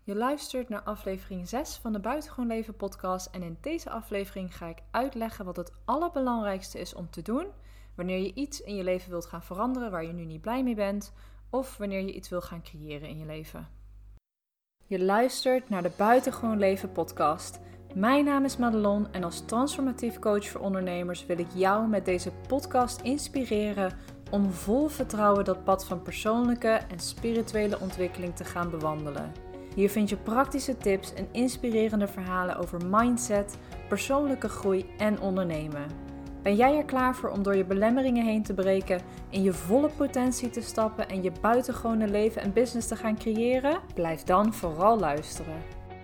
Je luistert naar aflevering 6 van de Buitengewoon Leven podcast en in deze aflevering ga ik uitleggen wat het allerbelangrijkste is om te doen wanneer je iets in je leven wilt gaan veranderen waar je nu niet blij mee bent of wanneer je iets wil gaan creëren in je leven. Je luistert naar de Buitengewoon Leven podcast. Mijn naam is Madelon en als transformatief coach voor ondernemers wil ik jou met deze podcast inspireren om vol vertrouwen dat pad van persoonlijke en spirituele ontwikkeling te gaan bewandelen. Hier vind je praktische tips en inspirerende verhalen over mindset, persoonlijke groei en ondernemen. Ben jij er klaar voor om door je belemmeringen heen te breken, in je volle potentie te stappen en je buitengewone leven en business te gaan creëren? Blijf dan vooral luisteren.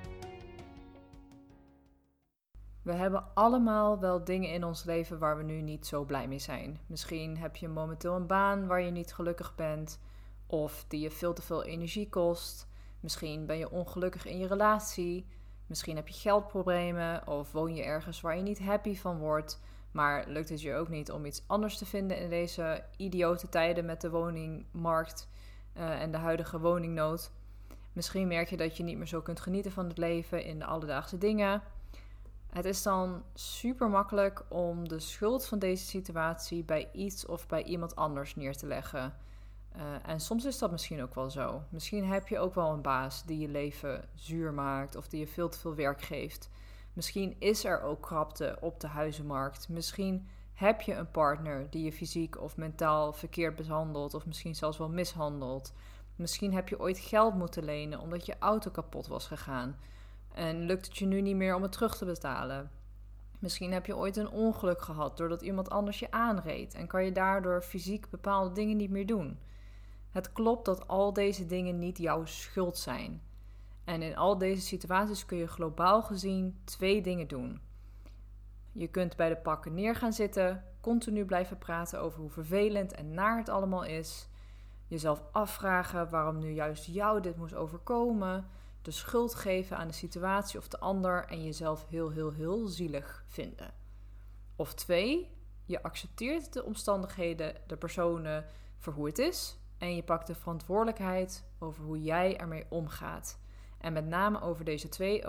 We hebben allemaal wel dingen in ons leven waar we nu niet zo blij mee zijn. Misschien heb je momenteel een baan waar je niet gelukkig bent of die je veel te veel energie kost. Misschien ben je ongelukkig in je relatie. Misschien heb je geldproblemen of woon je ergens waar je niet happy van wordt. Maar lukt het je ook niet om iets anders te vinden in deze idiote tijden met de woningmarkt en de huidige woningnood. Misschien merk je dat je niet meer zo kunt genieten van het leven in de alledaagse dingen. Het is dan super makkelijk om de schuld van deze situatie bij iets of bij iemand anders neer te leggen. En soms is dat misschien ook wel zo. Misschien heb je ook wel een baas die je leven zuur maakt of die je veel te veel werk geeft. Misschien is er ook krapte op de huizenmarkt. Misschien heb je een partner die je fysiek of mentaal verkeerd behandelt of misschien zelfs wel mishandelt. Misschien heb je ooit geld moeten lenen omdat je auto kapot was gegaan. En lukt het je nu niet meer om het terug te betalen. Misschien heb je ooit een ongeluk gehad doordat iemand anders je aanreed en kan je daardoor fysiek bepaalde dingen niet meer doen. Het klopt dat al deze dingen niet jouw schuld zijn. En in al deze situaties kun je globaal gezien 2 dingen doen. Je kunt bij de pakken neer gaan zitten, continu blijven praten over hoe vervelend en naar het allemaal is. Jezelf afvragen waarom nu juist jou dit moest overkomen. De schuld geven aan de situatie of de ander en jezelf heel zielig vinden. Of 2, je accepteert de omstandigheden, de personen voor hoe het is en je pakt de verantwoordelijkheid over hoe jij ermee omgaat. En met name over deze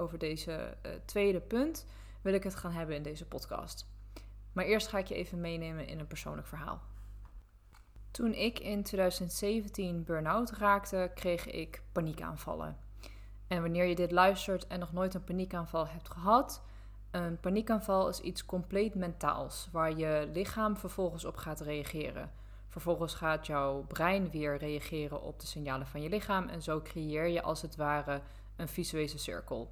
tweede punt wil ik het gaan hebben in deze podcast. Maar eerst ga ik je even meenemen in een persoonlijk verhaal. Toen ik in 2017 burn-out raakte, kreeg ik paniekaanvallen. En wanneer je dit luistert en nog nooit een paniekaanval hebt gehad, een paniekaanval is iets compleet mentaals, waar je lichaam vervolgens op gaat reageren. Vervolgens gaat jouw brein weer reageren op de signalen van je lichaam en zo creëer je als het ware een visuele cirkel.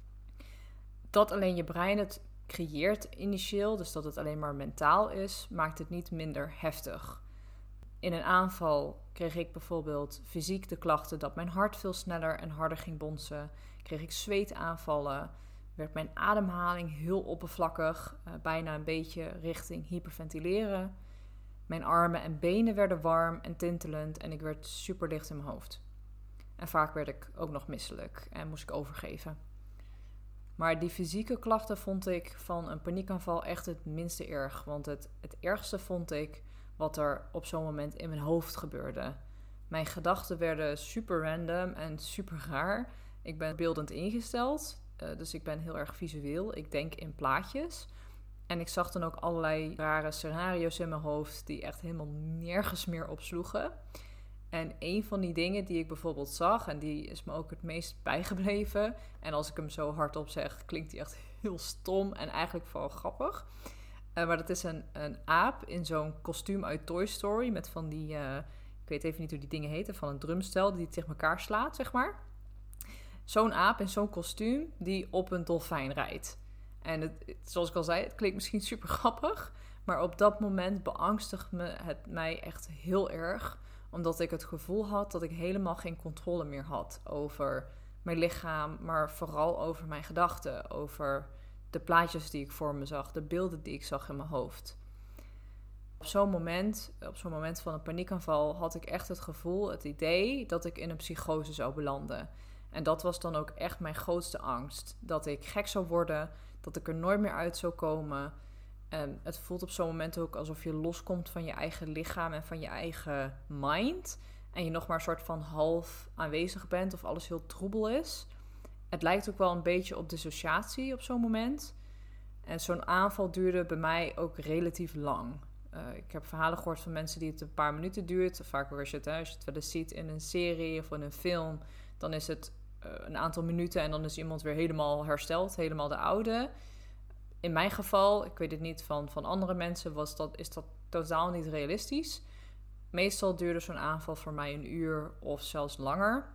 Dat alleen je brein het creëert initieel, dus dat het alleen maar mentaal is, maakt het niet minder heftig. In een aanval kreeg ik bijvoorbeeld fysiek de klachten dat mijn hart veel sneller en harder ging bonzen. Kreeg ik zweetaanvallen, werd mijn ademhaling heel oppervlakkig, bijna een beetje richting hyperventileren. Mijn armen en benen werden warm en tintelend en ik werd super licht in mijn hoofd. En vaak werd ik ook nog misselijk en moest ik overgeven. Maar die fysieke klachten vond ik van een paniekaanval echt het minste erg. Want het ergste vond ik wat er op zo'n moment in mijn hoofd gebeurde. Mijn gedachten werden super random en super raar. Ik ben beeldend ingesteld, dus ik ben heel erg visueel. Ik denk in plaatjes. En ik zag dan ook allerlei rare scenario's in mijn hoofd die echt helemaal nergens meer opsloegen. En een van die dingen die ik bijvoorbeeld zag, en die is me ook het meest bijgebleven. En als ik hem zo hardop zeg, klinkt die echt heel stom en eigenlijk vooral grappig. Maar dat is een aap in zo'n kostuum uit Toy Story met van die, ik weet even niet hoe die dingen heten, van een drumstel die tegen elkaar slaat, zeg maar. Zo'n aap in zo'n kostuum die op een dolfijn rijdt. En zoals ik al zei, het klinkt misschien super grappig, maar op dat moment beangstigde het mij echt heel erg, omdat ik het gevoel had dat ik helemaal geen controle meer had over mijn lichaam, maar vooral over mijn gedachten, over de plaatjes die ik voor me zag, de beelden die ik zag in mijn hoofd. Op zo'n moment van een paniekaanval had ik echt het gevoel, het idee dat ik in een psychose zou belanden. En dat was dan ook echt mijn grootste angst. Dat ik gek zou worden, dat ik er nooit meer uit zou komen. En het voelt op zo'n moment ook alsof je loskomt van je eigen lichaam en van je eigen mind. En je nog maar een soort van half aanwezig bent of alles heel troebel is. Het lijkt ook wel een beetje op dissociatie op zo'n moment. En zo'n aanval duurde bij mij ook relatief lang. Ik heb verhalen gehoord van mensen die het een paar minuten duurt. Vaak als je het wel eens ziet in een serie of in een film, dan is het een aantal minuten en dan is iemand weer helemaal hersteld, helemaal de oude. In mijn geval, ik weet het niet van andere mensen, is dat totaal niet realistisch. Meestal duurde zo'n aanval voor mij een uur of zelfs langer.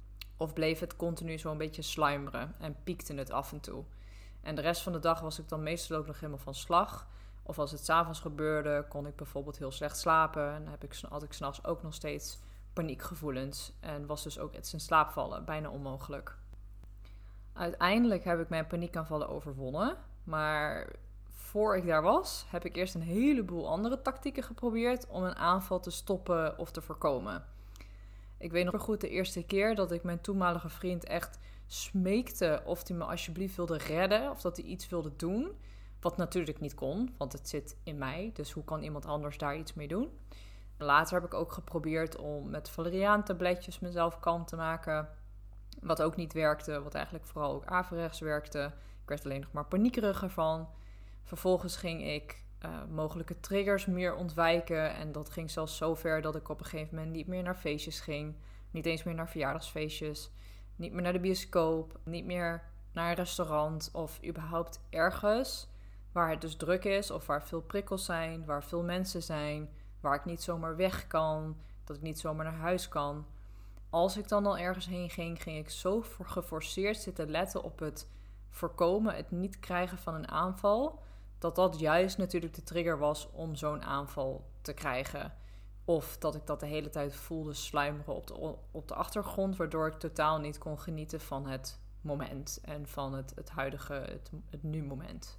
Of bleef het continu zo'n beetje sluimeren en piekte het af en toe. En de rest van de dag was ik dan meestal ook nog helemaal van slag. Of als het 's avonds gebeurde, kon ik bijvoorbeeld heel slecht slapen. En dan had ik 's nachts ook nog steeds paniekgevoelens. En was dus ook het in slaap vallen bijna onmogelijk. Uiteindelijk heb ik mijn paniekaanvallen overwonnen. Maar voor ik daar was, heb ik eerst een heleboel andere tactieken geprobeerd om een aanval te stoppen of te voorkomen. Ik weet nog goed de eerste keer dat ik mijn toenmalige vriend echt smeekte of hij me alsjeblieft wilde redden of dat hij iets wilde doen. Wat natuurlijk niet kon, want het zit in mij. Dus hoe kan iemand anders daar iets mee doen? Later heb ik ook geprobeerd om met valeriaan-tabletjes mezelf kalm te maken. Wat ook niet werkte, wat eigenlijk vooral ook averechts werkte. Ik werd alleen nog maar paniekerig ervan. Vervolgens ging ik mogelijke triggers meer ontwijken. En dat ging zelfs zo ver dat ik op een gegeven moment niet meer naar feestjes ging. Niet eens meer naar verjaardagsfeestjes. Niet meer naar de bioscoop. Niet meer naar een restaurant. Of überhaupt ergens waar het dus druk is. Of waar veel prikkels zijn. Waar veel mensen zijn. Waar ik niet zomaar weg kan. Dat ik niet zomaar naar huis kan. Als ik dan al ergens heen ging, ging ik zo geforceerd zitten letten op het voorkomen, het niet krijgen van een aanval, dat juist natuurlijk de trigger was om zo'n aanval te krijgen. Of dat ik dat de hele tijd voelde sluimeren op de achtergrond, waardoor ik totaal niet kon genieten van het moment en van het huidige, het nu-moment.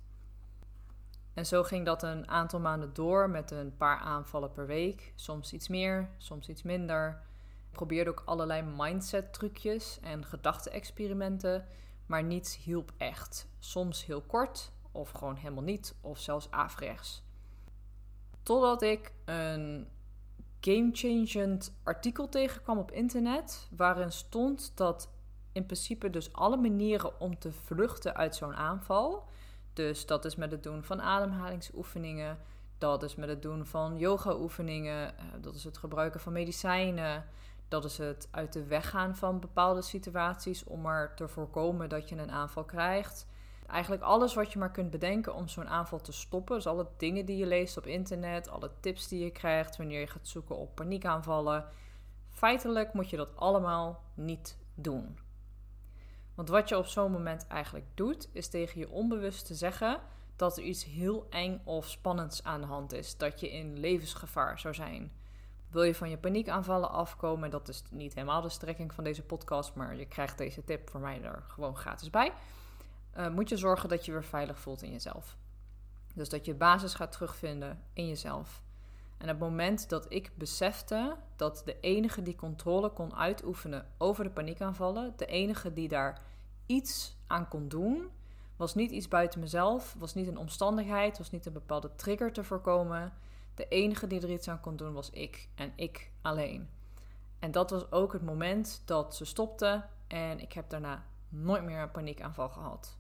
En zo ging dat een aantal maanden door met een paar aanvallen per week. Soms iets meer, soms iets minder. Ik probeerde ook allerlei mindset trucjes en gedachte-experimenten, maar niets hielp echt. Soms heel kort, of gewoon helemaal niet, of zelfs averechts. Totdat ik een game-changend artikel tegenkwam op internet, waarin stond dat in principe dus alle manieren om te vluchten uit zo'n aanval, dus dat is met het doen van ademhalingsoefeningen, dat is met het doen van yoga-oefeningen, dat is het gebruiken van medicijnen, dat is het uit de weg gaan van bepaalde situaties om er te voorkomen dat je een aanval krijgt. Eigenlijk alles wat je maar kunt bedenken om zo'n aanval te stoppen. Dus alle dingen die je leest op internet, alle tips die je krijgt wanneer je gaat zoeken op paniekaanvallen. Feitelijk moet je dat allemaal niet doen. Want wat je op zo'n moment eigenlijk doet, is tegen je onbewust te zeggen dat er iets heel eng of spannends aan de hand is. Dat je in levensgevaar zou zijn. Wil je van je paniekaanvallen afkomen, dat is niet helemaal de strekking van deze podcast, maar je krijgt deze tip voor mij er gewoon gratis bij. Moet je zorgen dat je weer veilig voelt in jezelf. Dus dat je basis gaat terugvinden in jezelf. En op het moment dat ik besefte dat de enige die controle kon uitoefenen over de paniekaanvallen, de enige die daar iets aan kon doen, was niet iets buiten mezelf, was niet een omstandigheid, was niet een bepaalde trigger te voorkomen. De enige die er iets aan kon doen was ik en ik alleen. En dat was ook het moment dat ze stopte en ik heb daarna nooit meer een paniekaanval gehad.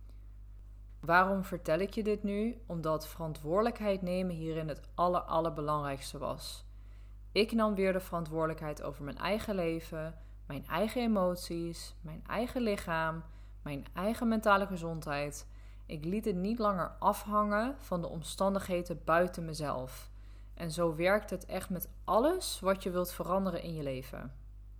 Waarom vertel ik je dit nu? Omdat verantwoordelijkheid nemen hierin het allerbelangrijkste was. Ik nam weer de verantwoordelijkheid over mijn eigen leven, mijn eigen emoties, mijn eigen lichaam, mijn eigen mentale gezondheid. Ik liet het niet langer afhangen van de omstandigheden buiten mezelf. En zo werkt het echt met alles wat je wilt veranderen in je leven.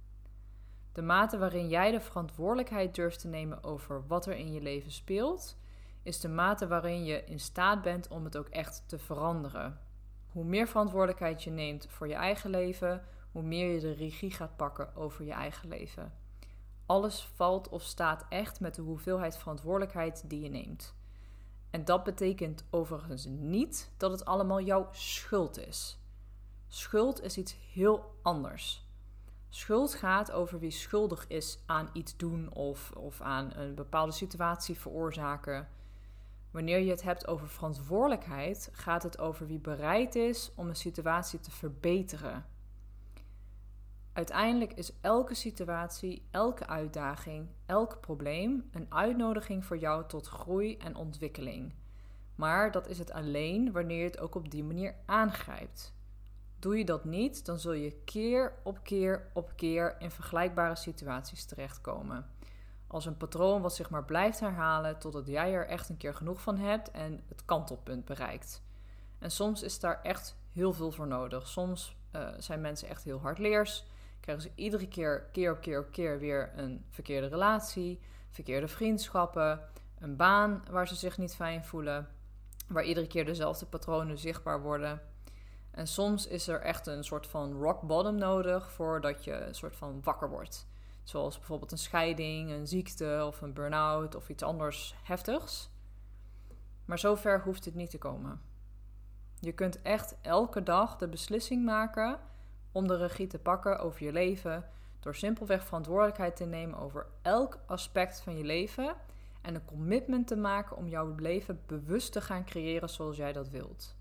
De mate waarin jij de verantwoordelijkheid durft te nemen over wat er in je leven speelt, is de mate waarin je in staat bent om het ook echt te veranderen. Hoe meer verantwoordelijkheid je neemt voor je eigen leven, hoe meer je de regie gaat pakken over je eigen leven. Alles valt of staat echt met de hoeveelheid verantwoordelijkheid die je neemt. En dat betekent overigens niet dat het allemaal jouw schuld is. Schuld is iets heel anders. Schuld gaat over wie schuldig is aan iets doen of aan een bepaalde situatie veroorzaken. Wanneer je het hebt over verantwoordelijkheid, gaat het over wie bereid is om een situatie te verbeteren. Uiteindelijk is elke situatie, elke uitdaging, elk probleem een uitnodiging voor jou tot groei en ontwikkeling. Maar dat is het alleen wanneer je het ook op die manier aangrijpt. Doe je dat niet, dan zul je keer op keer op keer in vergelijkbare situaties terechtkomen. Als een patroon wat zich maar blijft herhalen totdat jij er echt een keer genoeg van hebt en het kantelpunt bereikt. En soms is daar echt heel veel voor nodig. Soms zijn mensen echt heel hardleers. Krijgen ze iedere keer op keer weer een verkeerde relatie, verkeerde vriendschappen, een baan waar ze zich niet fijn voelen, waar iedere keer dezelfde patronen zichtbaar worden. En soms is er echt een soort van rock bottom nodig voordat je een soort van wakker wordt. Zoals bijvoorbeeld een scheiding, een ziekte of een burn-out of iets anders heftigs. Maar zover hoeft het niet te komen. Je kunt echt elke dag de beslissing maken om de regie te pakken over je leven, door simpelweg verantwoordelijkheid te nemen over elk aspect van je leven en een commitment te maken om jouw leven bewust te gaan creëren zoals jij dat wilt.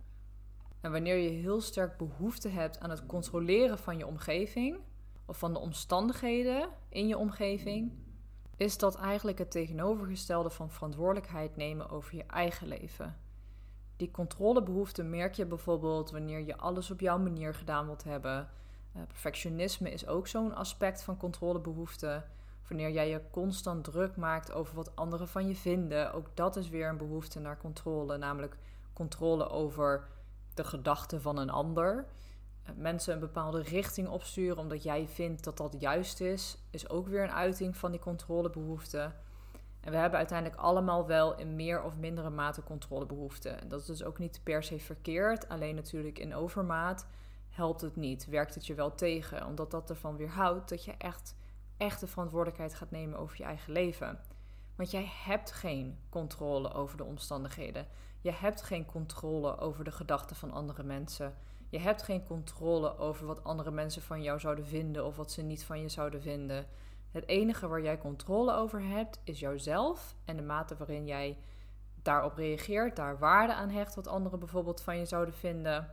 En wanneer je heel sterk behoefte hebt aan het controleren van je omgeving of van de omstandigheden in je omgeving, is dat eigenlijk het tegenovergestelde van verantwoordelijkheid nemen over je eigen leven. Die controlebehoefte merk je bijvoorbeeld wanneer je alles op jouw manier gedaan wilt hebben. Perfectionisme is ook zo'n aspect van controlebehoefte. Wanneer jij je constant druk maakt over wat anderen van je vinden, ook dat is weer een behoefte naar controle. Namelijk controle over de gedachten van een ander. Mensen een bepaalde richting opsturen omdat jij vindt dat dat juist is ook weer een uiting van die controlebehoefte. En we hebben uiteindelijk allemaal wel in meer of mindere mate controlebehoeften. En dat is dus ook niet per se verkeerd. Alleen natuurlijk in overmaat helpt het niet. Werkt het je wel tegen. Omdat dat ervan weerhoudt dat je echt de verantwoordelijkheid gaat nemen over je eigen leven. Want jij hebt geen controle over de omstandigheden. Je hebt geen controle over de gedachten van andere mensen. Je hebt geen controle over wat andere mensen van jou zouden vinden of wat ze niet van je zouden vinden. Het enige waar jij controle over hebt is jouzelf en de mate waarin jij daarop reageert, daar waarde aan hecht wat anderen bijvoorbeeld van je zouden vinden.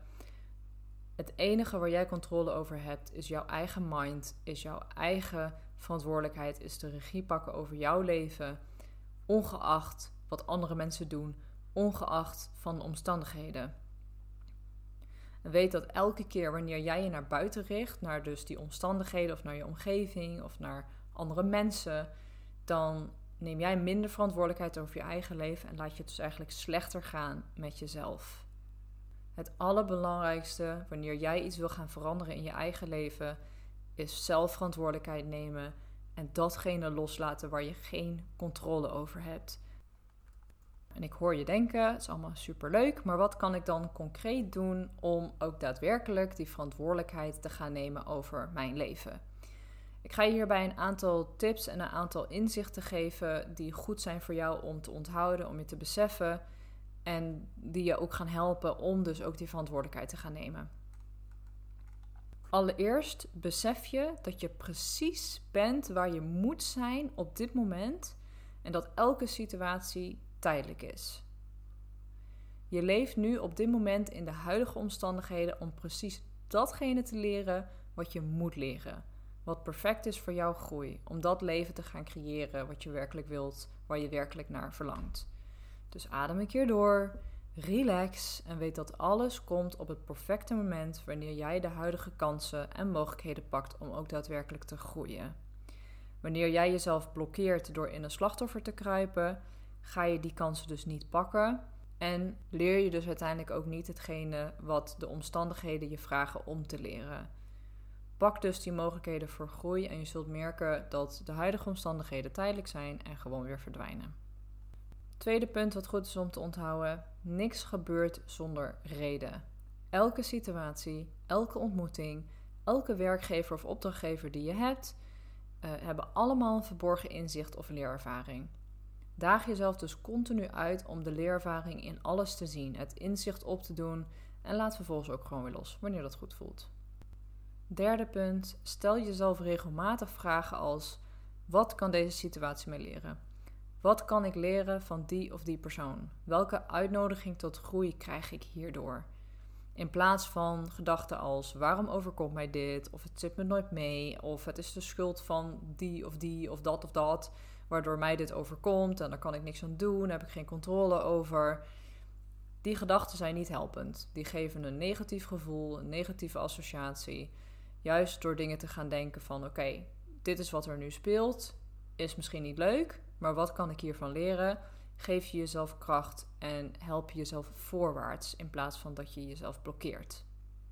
Het enige waar jij controle over hebt is jouw eigen mind, is jouw eigen verantwoordelijkheid, is de regie pakken over jouw leven, ongeacht wat andere mensen doen, ongeacht van de omstandigheden. En weet dat elke keer wanneer jij je naar buiten richt, naar dus die omstandigheden of naar je omgeving of naar andere mensen, dan neem jij minder verantwoordelijkheid over je eigen leven en laat je het dus eigenlijk slechter gaan met jezelf. Het allerbelangrijkste wanneer jij iets wil gaan veranderen in je eigen leven is zelfverantwoordelijkheid nemen en datgene loslaten waar je geen controle over hebt. En ik hoor je denken, het is allemaal superleuk, maar wat kan ik dan concreet doen om ook daadwerkelijk die verantwoordelijkheid te gaan nemen over mijn leven? Ik ga je hierbij een aantal tips en een aantal inzichten geven die goed zijn voor jou om te onthouden, om je te beseffen en die je ook gaan helpen om dus ook die verantwoordelijkheid te gaan nemen. Allereerst besef je dat je precies bent waar je moet zijn op dit moment en dat elke situatie tijdelijk is. Je leeft nu op dit moment in de huidige omstandigheden om precies datgene te leren wat je moet leren. Wat perfect is voor jouw groei. Om dat leven te gaan creëren wat je werkelijk wilt, waar je werkelijk naar verlangt. Dus adem een keer door, relax en weet dat alles komt op het perfecte moment wanneer jij de huidige kansen en mogelijkheden pakt om ook daadwerkelijk te groeien. Wanneer jij jezelf blokkeert door in een slachtoffer te kruipen, ga je die kansen dus niet pakken en leer je dus uiteindelijk ook niet hetgene wat de omstandigheden je vragen om te leren. Pak dus die mogelijkheden voor groei en je zult merken dat de huidige omstandigheden tijdelijk zijn en gewoon weer verdwijnen. Tweede punt wat goed is om te onthouden: niks gebeurt zonder reden. Elke situatie, elke ontmoeting, elke werkgever of opdrachtgever die je hebt, hebben allemaal een verborgen inzicht of leerervaring. Daag jezelf dus continu uit om de leerervaring in alles te zien, het inzicht op te doen en laat vervolgens ook gewoon weer los wanneer dat goed voelt. Derde punt, stel jezelf regelmatig vragen als: wat kan deze situatie mij leren? Wat kan ik leren van die of die persoon? Welke uitnodiging tot groei krijg ik hierdoor? In plaats van gedachten als waarom overkomt mij dit? Of het zit me nooit mee. Of het is de schuld van die of dat. Waardoor mij dit overkomt en daar kan ik niks aan doen. Daar heb ik geen controle over. Die gedachten zijn niet helpend. Die geven een negatief gevoel, een negatieve associatie. Juist door dingen te gaan denken van oké, dit is wat er nu speelt. Is misschien niet leuk, maar wat kan ik hiervan leren? Geef je jezelf kracht en help je jezelf voorwaarts in plaats van dat je jezelf blokkeert.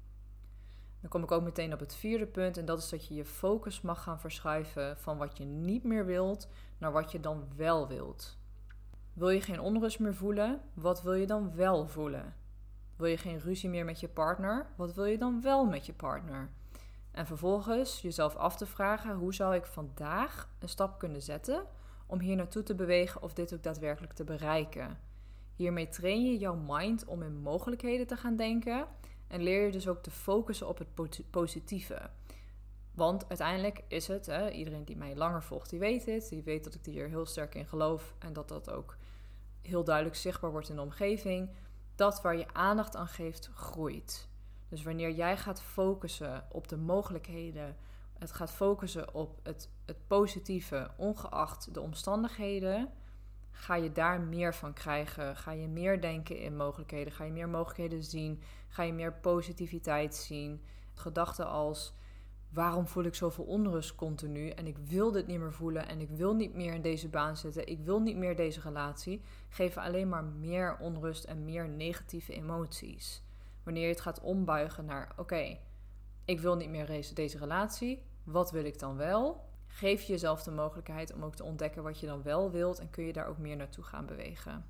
Dan kom ik ook meteen op het vierde punt en dat is dat je je focus mag gaan verschuiven van wat je niet meer wilt naar wat je dan wel wilt. Wil je geen onrust meer voelen? Wat wil je dan wel voelen? Wil je geen ruzie meer met je partner? Wat wil je dan wel met je partner? En vervolgens jezelf af te vragen, hoe zou ik vandaag een stap kunnen zetten om hier naartoe te bewegen of dit ook daadwerkelijk te bereiken? Hiermee train je jouw mind om in mogelijkheden te gaan denken en leer je dus ook te focussen op het positieve. Want uiteindelijk is het, iedereen die mij langer volgt, die weet dit. Die weet dat ik hier heel sterk in geloof en dat dat ook heel duidelijk zichtbaar wordt in de omgeving. Dat waar je aandacht aan geeft, groeit. Dus wanneer jij gaat focussen op de mogelijkheden, het gaat focussen op het positieve, ongeacht de omstandigheden, ga je daar meer van krijgen. Ga je meer denken in mogelijkheden, ga je meer mogelijkheden zien, ga je meer positiviteit zien. Gedachten als, waarom voel ik zoveel onrust continu en ik wil dit niet meer voelen en ik wil niet meer in deze baan zitten, ik wil niet meer deze relatie, geven alleen maar meer onrust en meer negatieve emoties. Wanneer je het gaat ombuigen naar, oké, ik wil niet meer deze relatie, wat wil ik dan wel? Geef je jezelf de mogelijkheid om ook te ontdekken wat je dan wel wilt en kun je daar ook meer naartoe gaan bewegen.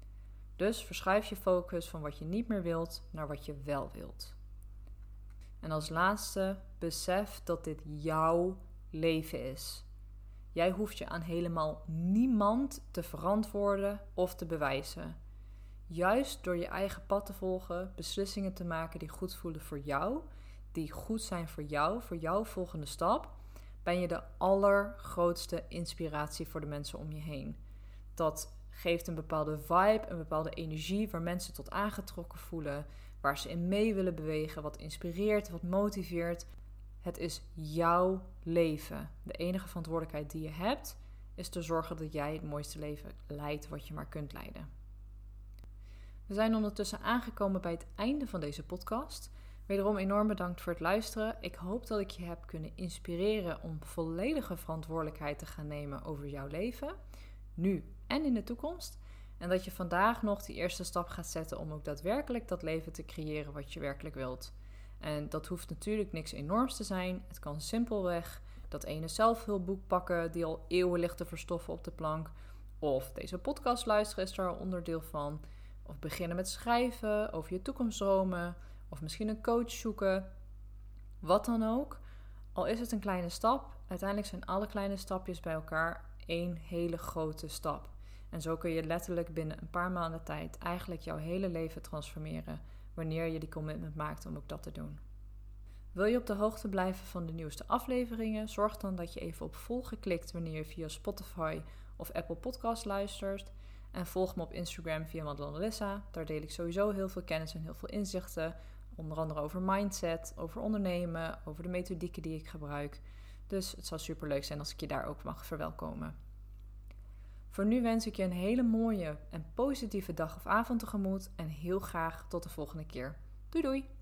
Dus verschuif je focus van wat je niet meer wilt naar wat je wel wilt. En als laatste, besef dat dit jouw leven is. Jij hoeft je aan helemaal niemand te verantwoorden of te bewijzen. Juist door je eigen pad te volgen, beslissingen te maken die goed voelen voor jou, die goed zijn voor jouw volgende stap, ben je de allergrootste inspiratie voor de mensen om je heen. Dat geeft een bepaalde vibe, een bepaalde energie waar mensen tot aangetrokken voelen, waar ze in mee willen bewegen, wat inspireert, wat motiveert. Het is jouw leven. De enige verantwoordelijkheid die je hebt, is te zorgen dat jij het mooiste leven leidt wat je maar kunt leiden. We zijn ondertussen aangekomen bij het einde van deze podcast. Wederom enorm bedankt voor het luisteren. Ik hoop dat ik je heb kunnen inspireren om volledige verantwoordelijkheid te gaan nemen over jouw leven, nu en in de toekomst. En dat je vandaag nog die eerste stap gaat zetten om ook daadwerkelijk dat leven te creëren wat je werkelijk wilt. En dat hoeft natuurlijk niks enorms te zijn. Het kan simpelweg dat ene zelfhulpboek pakken die al eeuwen ligt te verstoffen op de plank. Of deze podcast luisteren is daar een onderdeel van. Of beginnen met schrijven over je toekomstdromen. Of misschien een coach zoeken. Wat dan ook. Al is het een kleine stap, uiteindelijk zijn alle kleine stapjes bij elkaar één hele grote stap. En zo kun je letterlijk binnen een paar maanden tijd eigenlijk jouw hele leven transformeren, wanneer je die commitment maakt om ook dat te doen. Wil je op de hoogte blijven van de nieuwste afleveringen? Zorg dan dat je even op volgen klikt wanneer je via Spotify of Apple Podcasts luistert. En volg me op Instagram via Madelon-Alyssa. Daar deel ik sowieso heel veel kennis en heel veel inzichten. Onder andere over mindset, over ondernemen, over de methodieken die ik gebruik. Dus het zou superleuk zijn als ik je daar ook mag verwelkomen. Voor nu wens ik je een hele mooie en positieve dag of avond tegemoet. En heel graag tot de volgende keer. Doei doei!